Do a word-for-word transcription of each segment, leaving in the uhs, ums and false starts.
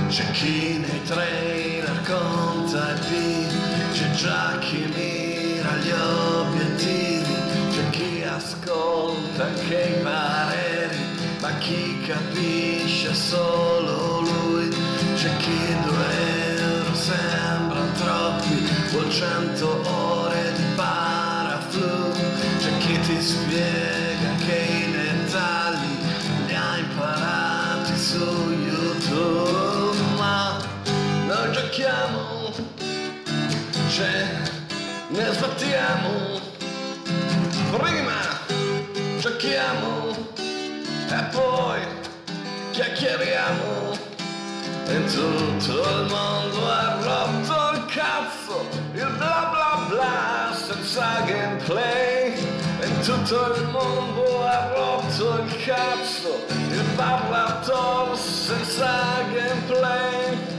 C'è chi nei trailer conta i pini, c'è già chi mira gli obiettivi, c'è chi ascolta anche i pareri, ma chi capisce solo lui. C'è chi due euro sembrano troppi, vuol cento ore di paraflu. C'è chi ti spiega che i dettagli li ha imparati su YouTube. Ma noi giochiamo, ce ne sbattiamo, prima giochiamo e poi chiacchieriamo. In tutto il mondo ha rotto il cazzo, il bla bla bla senza gameplay. In tutto il mondo ha rotto il cazzo, il parlatore senza gameplay.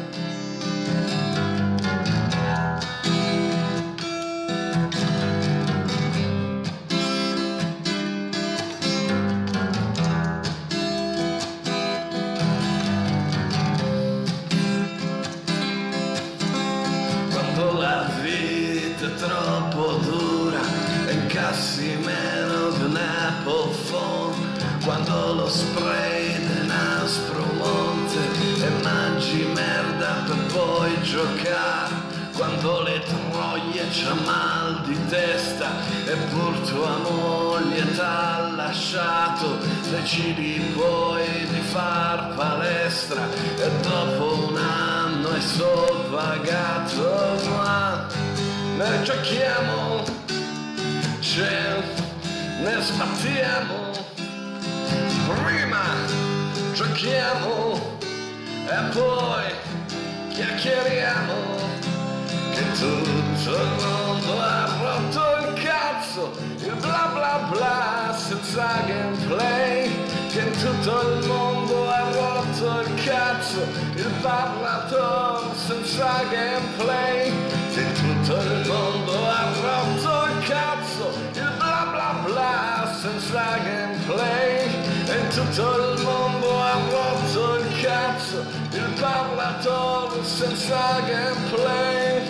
La vita è troppo dura e incassi meno di un Apple phone. Quando lo spray dell'aspro monte e mangi merda per poi giocare. Quando le troie c'ha mal di testa eppur tua moglie t'ha lasciato, decidi poi di far palestra e dopo un anno hai soppagato. Ma ne giochiamo, ce ne sbattiamo, prima giochiamo e poi chiacchieriamo. Che tutto il mondo ha rotto il cazzo, il bla bla bla senza gameplay. Che in tutto il mondo ha rotto il cazzo, il parlatore senza gameplay. Che in tutto il mondo ha rotto il cazzo, il bla bla bla senza gameplay. E in tutto il mondo ha rotto il cazzo, il parlatore senza gameplay.